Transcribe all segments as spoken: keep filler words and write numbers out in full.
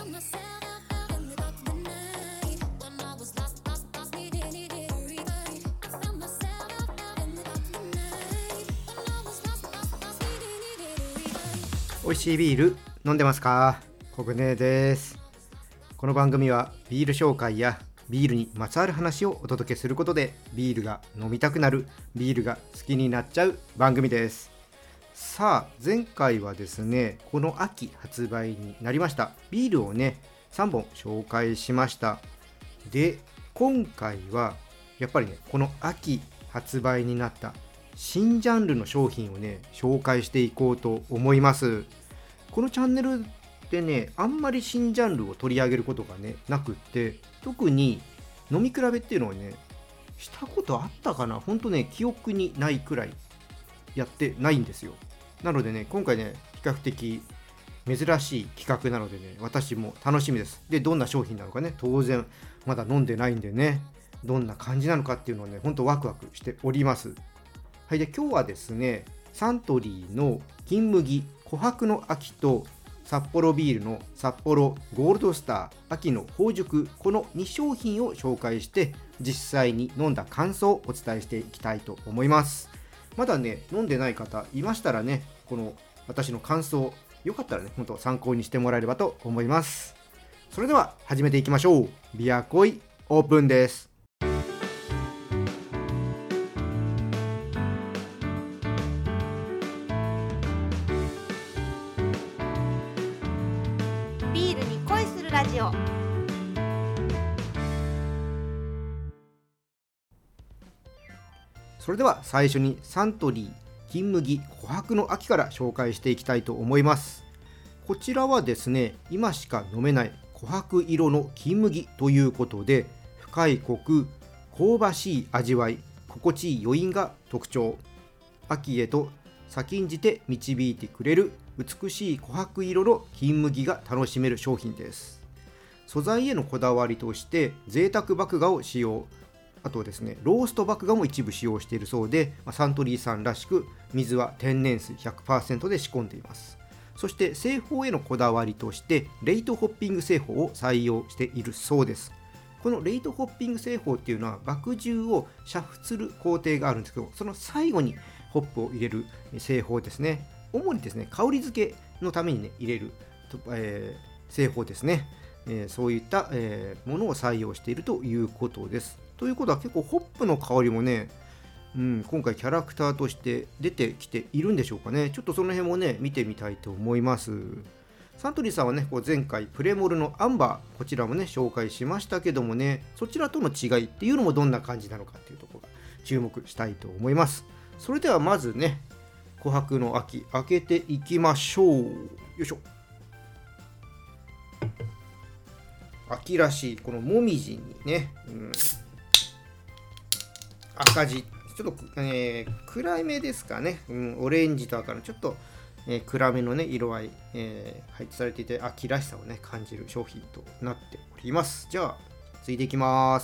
美味しいビール飲んでますか？コグネです。この番組はビール紹介やビールにまつわる話をお届けすることで、ビールが飲みたくなる、ビールが好きになっちゃう番組です。さあ、前回はですね、この秋発売になりましたビールをねさんぼん紹介しました。で、今回はやっぱりね、この秋発売になった新ジャンルの商品をね紹介していこうと思います。このチャンネルでね、あんまり新ジャンルを取り上げることがねなくって、特に飲み比べっていうのをねしたことあったかな、ほんとね記憶にないくらいやってないんですよ。なのでね、今回ね比較的珍しい企画なのでね、私も楽しみです。で、どんな商品なのかね、当然まだ飲んでないんでね、どんな感じなのかっていうのをね、ほんとワクワクしております。はい、で今日はですね、サントリーの金麦琥珀の秋と札幌ビールの札幌ゴールドスター秋の豊熟、このに商品を紹介して実際に飲んだ感想をお伝えしていきたいと思います。まだね飲んでない方いましたらね、この私の感想よかったらね、本当参考にしてもらえればと思います。それでは始めていきましょう。ビアコイオープンです。 ビールに恋するラジオ。 それでは最初にサントリー金麦琥珀の秋から紹介していきたいと思います。こちらはですね、今しか飲めない琥珀色の金麦ということで、深いコク、香ばしい味わい、心地いい余韻が特徴。秋へと先んじて導いてくれる美しい琥珀色の金麦が楽しめる商品です。素材へのこだわりとして贅沢麦芽を使用、あとですねロースト麦芽も一部使用しているそうで、サントリーさんらしく水は天然水 ひゃくパーセント で仕込んでいます。そして製法へのこだわりとしてレイトホッピング製法を採用しているそうです。このレイトホッピング製法っていうのは麦汁を煮沸する工程があるんですけど、その最後にホップを入れる製法ですね。主にですね香り付けのためにね入れる、えー、製法ですね。えー、そういった、えー、ものを採用しているということです。ということは結構ホップの香りもね、うん、今回キャラクターとして出てきているんでしょうかね。ちょっとその辺もね見てみたいと思います。サントリーさんはね、こう前回プレモルのアンバー、こちらもね紹介しましたけどもね、そちらとの違いっていうのもどんな感じなのかっていうところが注目したいと思います。それではまずね、琥珀の秋開けていきましょう。よいしょ。秋らしいこのもみじにね、うん、赤字、ちょっと、えー、暗いめですかね、うん、オレンジと赤のちょっと、えー、暗めのね色合い、えー、配置されていて秋らしさをね感じる商品となっております。じゃあついていきます。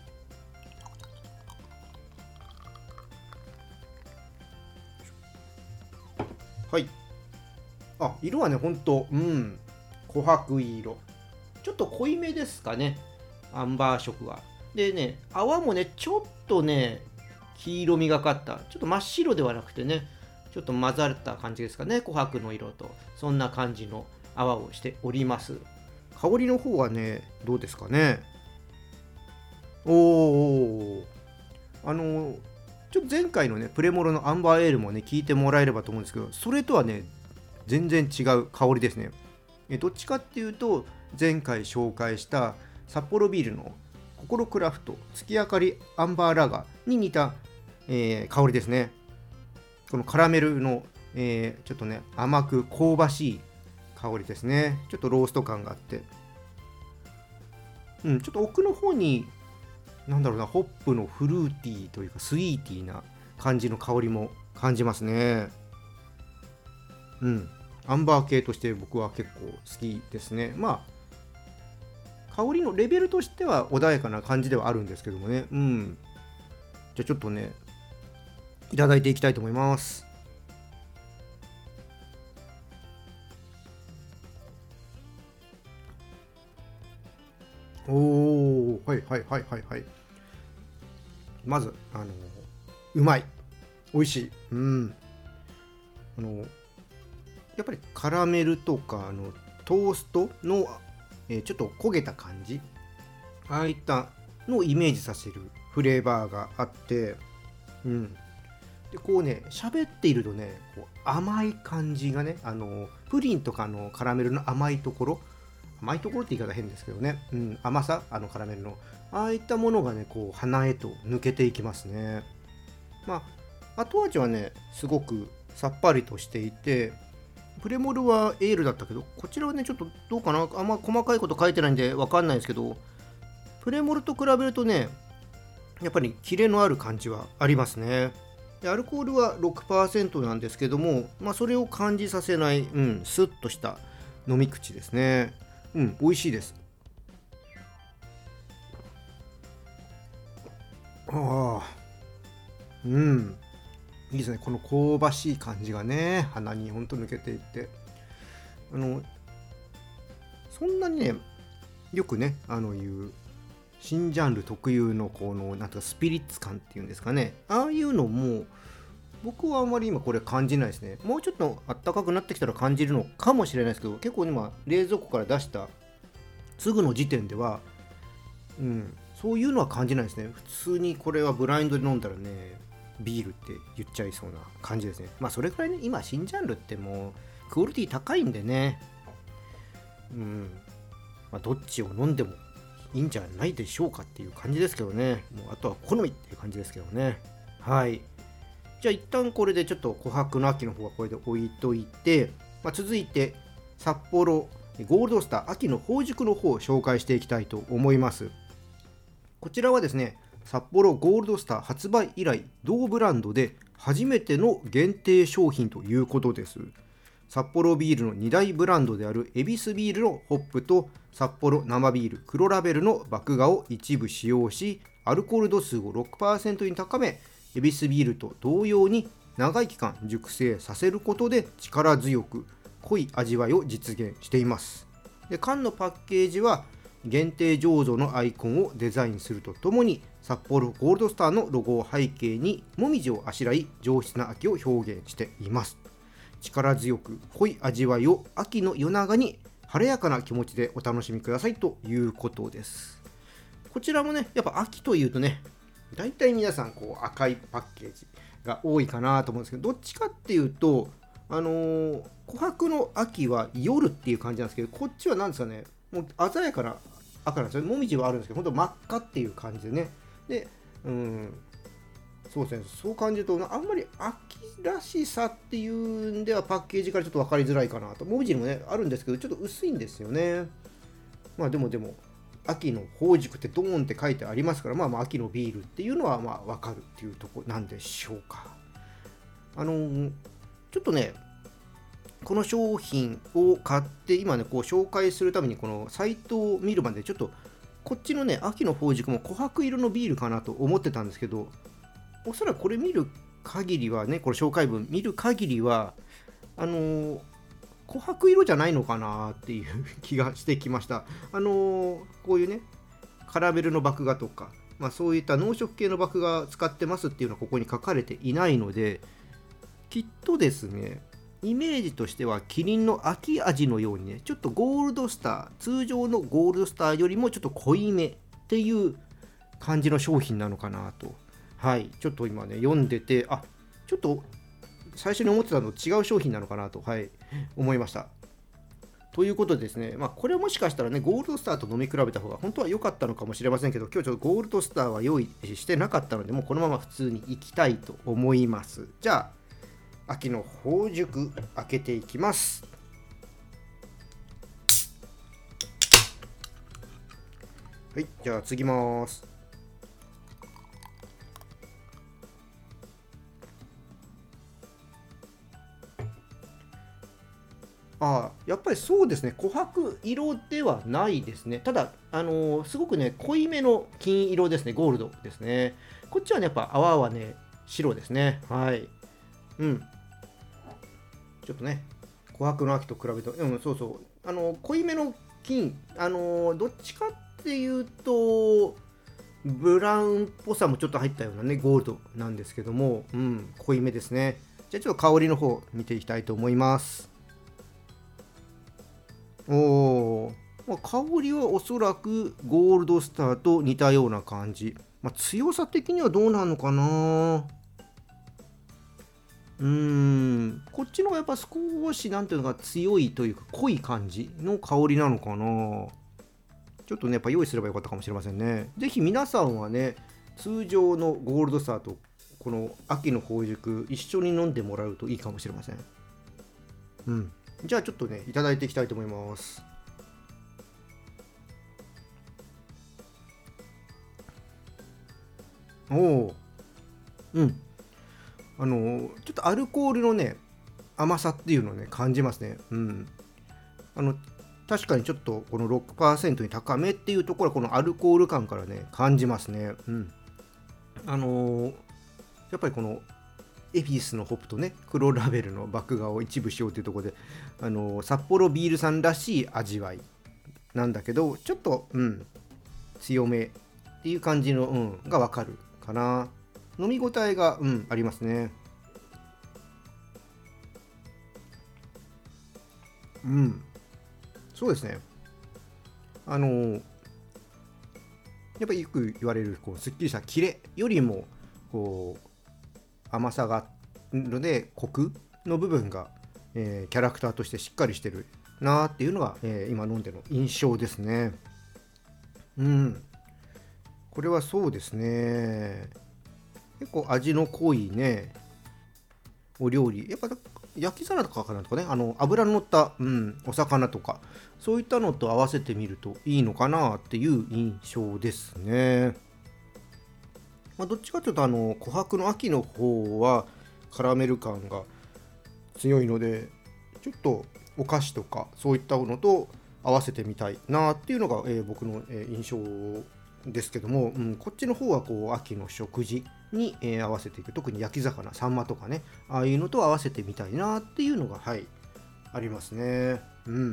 はい、あ、色はねほんと、うん、琥珀色、ちょっと濃いめですかね、アンバー色は。でね、泡もねちょっとね黄色みがかった、ちょっと真っ白ではなくてね、ちょっと混ざった感じですかね、琥珀の色と。そんな感じの泡をしております。香りの方はねどうですかね。おー、あのちょっと前回のねプレモルのアンバーエールもね聞いてもらえればと思うんですけど、それとはね全然違う香りですね。えどっちかっていうと前回紹介した札幌ビールの心クラフト月明かりアンバーラガーに似た、えー、香りですね。このカラメルの、えー、ちょっとね甘く香ばしい香りですね。ちょっとロースト感があって、うん、ちょっと奥の方になんだろうな、ホップのフルーティーというかスイーティーな感じの香りも感じますね。うん、アンバー系として僕は結構好きですね。まあ香りのレベルとしては穏やかな感じではあるんですけどもね。うん。じゃあちょっとねいただいていきたいと思います。 おお、はいはいはいはいはい。まずあのうまい、美味しい。うん。あのやっぱりカラメルとかあのトーストの、えーちょっと焦げた感じ、ああいったのをイメージさせるフレーバーがあって、うん。でこうね喋っているとねこう甘い感じがね、あのプリンとかのカラメルの甘いところ、甘いところって言い方変ですけどね、うん、甘さ、あのカラメルのああいったものがねこう鼻へと抜けていきますね。まあ後味はねすごくさっぱりとしていて、プレモルはエールだったけど、こちらはねちょっとどうかな、あんま細かいこと書いてないんでわかんないですけど、プレモルと比べるとねやっぱりキレのある感じはありますね。でアルコールは ろくパーセント なんですけども、まあ、それを感じさせない、うん、スッとした飲み口ですね。うん、美味しいです。ああ、うん、いいですね。この香ばしい感じがね、鼻にほんと抜けていって、あの、そんなにね、よくね、あのいう新ジャンル特有のこのなんとかスピリッツ感っていうんですかね、ああいうのも僕はあんまり今これ感じないですね。もうちょっと暖かくなってきたら感じるのかもしれないですけど、結構今冷蔵庫から出したすぐの時点では、うん、そういうのは感じないですね。普通にこれはブラインドで飲んだらね、ビールって言っちゃいそうな感じですね。まあそれくらいね、今新ジャンルってもうクオリティ高いんでね、うん、まあ、どっちを飲んでもいいんじゃないでしょうかっていう感じですけどね。もうあとは好みっていう感じですけどね。はい。じゃあ一旦これでちょっと琥珀の秋の方はこれで置いといて、まあ、続いて札幌ゴールドスター秋の豊熟の方を紹介していきたいと思います。こちらはですね、札幌ゴールドスター発売以来同ブランドで初めての限定商品ということです。札幌ビールのに大ブランドであるエビスビールのホップと札幌生ビール黒ラベルの麦芽を一部使用し、アルコール度数を ろくパーセント に高め、エビスビールと同様に長い期間熟成させることで力強く濃い味わいを実現しています。で缶のパッケージは限定醸造のアイコンをデザインするとともに、札幌ゴールドスターのロゴを背景にもみじをあしらい上質な秋を表現しています。力強く濃い味わいを秋の夜長に晴れやかな気持ちでお楽しみくださいということです。こちらもねやっぱ秋というとね、だいたい皆さんこう赤いパッケージが多いかなと思うんですけど、どっちかっていうとあのー、琥珀の秋は夜っていう感じなんですけど、こっちは何ですかね、もう鮮やかな赤なんですよ。もみじはあるんですけど、本当真っ赤っていう感じでね。で、うん、そうですね、そう感じるとあんまり秋らしさっていうんではパッケージからちょっと分かりづらいかなと。もみじにもねあるんですけど、ちょっと薄いんですよね。まあでもでも秋の豊熟ってドーンって書いてありますから、まあまあ秋のビールっていうのはまあ分かるっていうとこなんでしょうか。あのーちょっとねこの商品を買って今ねこう紹介するためにこのサイトを見るまでちょっとこっちのね秋の豊熟も琥珀色のビールかなと思ってたんですけど、おそらくこれ見る限りはね、これ紹介文見る限りはあのー琥珀色じゃないのかなっていう気がしてきました。あのーこういうねカラメルの麦芽とか、まあ、そういった濃色系の麦芽使ってますっていうのはここに書かれていないので、きっとですねイメージとしてはキリンの秋味のようにね、ちょっとゴールドスター、通常のゴールドスターよりもちょっと濃いめっていう感じの商品なのかなと、はい、ちょっと今ね読んでて、あ、ちょっと最初に思ってたのと違う商品なのかなと、はい、思いました。ということでですね、まあ、これはもしかしたらね、ゴールドスターと飲み比べた方が本当は良かったのかもしれませんけど、今日ちょっとゴールドスターは用意してなかったので、もうこのまま普通に行きたいと思います。じゃあ、秋の豊熟開けていきます。はい、じゃあ次ます。ああ、やっぱりそうですね、琥珀色ではないですね。ただ、あのーすごくね、濃いめの金色ですね、ゴールドですね。こっちはね、やっぱ泡はね、白ですね。はい。うん。ちょっとね、琥珀の秋と比べると、うん、そうそう、あのー濃いめの金、あのーどっちかっっていうとブラウンっぽさもちょっと入ったようなねゴールドなんですけども、うん、濃いめですね。じゃあちょっと香りの方見ていきたいと思います。おー、まあ、香りはおそらくゴールドスターと似たような感じ、まあ、強さ的にはどうなのかな。うーんこっちの方がやっぱ少しなんていうのか強いというか濃い感じの香りなのかな。ちょっとねやっぱ用意すればよかったかもしれませんね。ぜひ皆さんはね通常のゴールドスターとこの秋の芳熟一緒に飲んでもらうといいかもしれません。うん、じゃあちょっとねいただいていきたいと思います。おお、うんあのちょっとアルコールのね甘さっていうのをね感じますね。うんあの確かにちょっとこの ろくパーセント に高めっていうところはこのアルコール感からね感じますね。うんあのーやっぱりこのエビスのホップとね黒ラベルの麦芽を一部しようというところで、あのー札幌ビールさんらしい味わいなんだけどちょっとうん強めっていう感じの、うん、がわかるかな。飲み応えが、うん、ありますね。うんそうですね。あのーやっぱりよく言われるこうすっきりしたキレよりもこう甘さがあるのでコクの部分が、えーキャラクターとしてしっかりしてるなーっていうのが、えー今飲んでの印象ですね。うんこれはそうですね。結構味の濃いねお料理やっぱ焼き魚とかかなとかねあの油の乗った、うん、お魚とかそういったのと合わせてみるといいのかなっていう印象ですね。まあ、どっちかというとあの琥珀の秋の方はカラメル感が強いのでちょっとお菓子とかそういったものと合わせてみたいなっていうのが、えー僕の、えー印象ですけども、うん、こっちの方はこう秋の食事に、えー合わせていく特に焼き魚サンマとかねああいうのと合わせてみたいなっていうのがはいありますね。うんうん、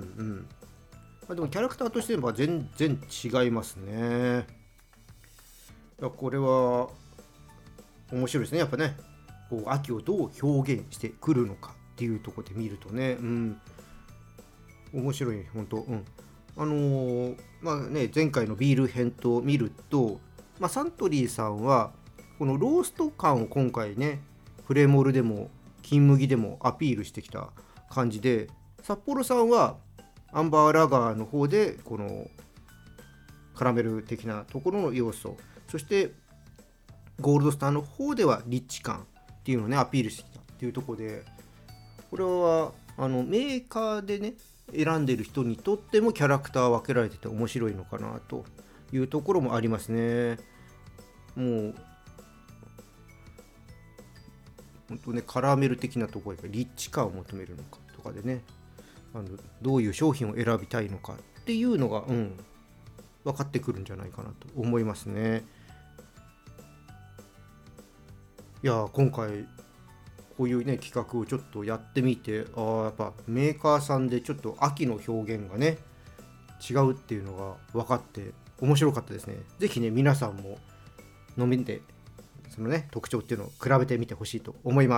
まあ、でもキャラクターとしては全然違いますね。いやこれは面白いですね。やっぱねこう秋をどう表現してくるのかっていうところで見るとね、うん、面白い本当、うん、あのーまあね前回のビール編と見ると、まあ、サントリーさんはこのロースト感を今回ねプレモルでも金麦でもアピールしてきた感じで、札幌さんはアンバーラガーの方でこのカラメル的なところの要素、そしてゴールドスターの方ではリッチ感っていうのをねアピールしてきたっていうところで、これはあのメーカーでね選んでる人にとってもキャラクター分けられてて面白いのかなというところもありますね。もう本当ねカラメル的なところでリッチ感を求めるのかとかでね、あのどういう商品を選びたいのかっていうのが、うん、分かってくるんじゃないかなと思いますね。いや今回こういうね企画をちょっとやってみて、ああやっぱメーカーさんでちょっと秋の表現がね違うっていうのが分かって面白かったですね。ぜひね皆さんも飲みでそのね特徴っていうのを比べてみてほしいと思います。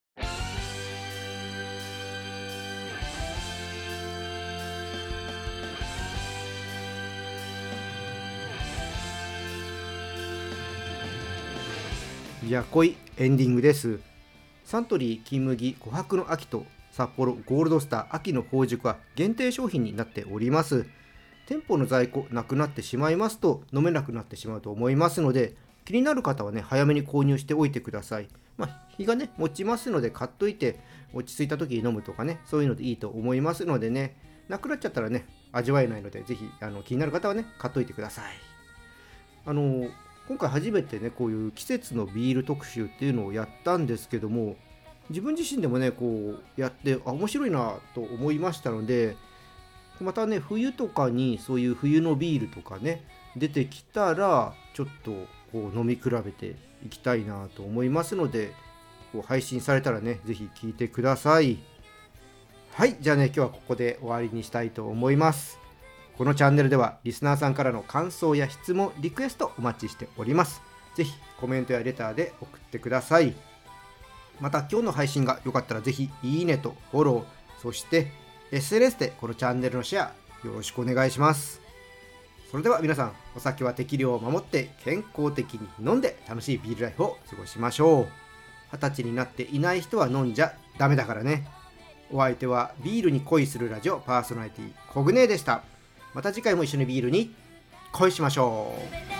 じゃあ濃いエンディングです。サントリー金麦琥珀の秋と札幌ゴールドスター秋の芳熟は限定商品になっております。店舗の在庫なくなってしまいますと飲めなくなってしまうと思いますので、気になる方はね早めに購入しておいてください。まあ、日がね持ちますので買っといて落ち着いた時に飲むとかねそういうのでいいと思いますのでね、なくなっちゃったらね味わえないのでぜひあの気になる方はね買っといてください。あの今回初めてねこういう季節のビール特集っていうのをやったんですけども、自分自身でもねこうやってあ面白いなと思いましたので、またね冬とかにそういう冬のビールとかね出てきたらちょっとこう飲み比べていきたいなと思いますので、こう配信されたらねぜひ聞いてください。はい、じゃあね今日はここで終わりにしたいと思います。 このチャンネルではリスナーさんからの感想や質問、リクエストお待ちしております。ぜひコメントやレターで送ってください。また今日の配信が良かったらぜひいいねとフォロー、そして エスエヌエス でこのチャンネルのシェアよろしくお願いします。それでは皆さん、お酒は適量を守って健康的に飲んで楽しいビールライフを過ごしましょう。二十歳になっていない人は飲んじゃダメだからね。お相手はビールに恋するラジオパーソナリティコグネでした。また次回も一緒にビールに恋しましょう。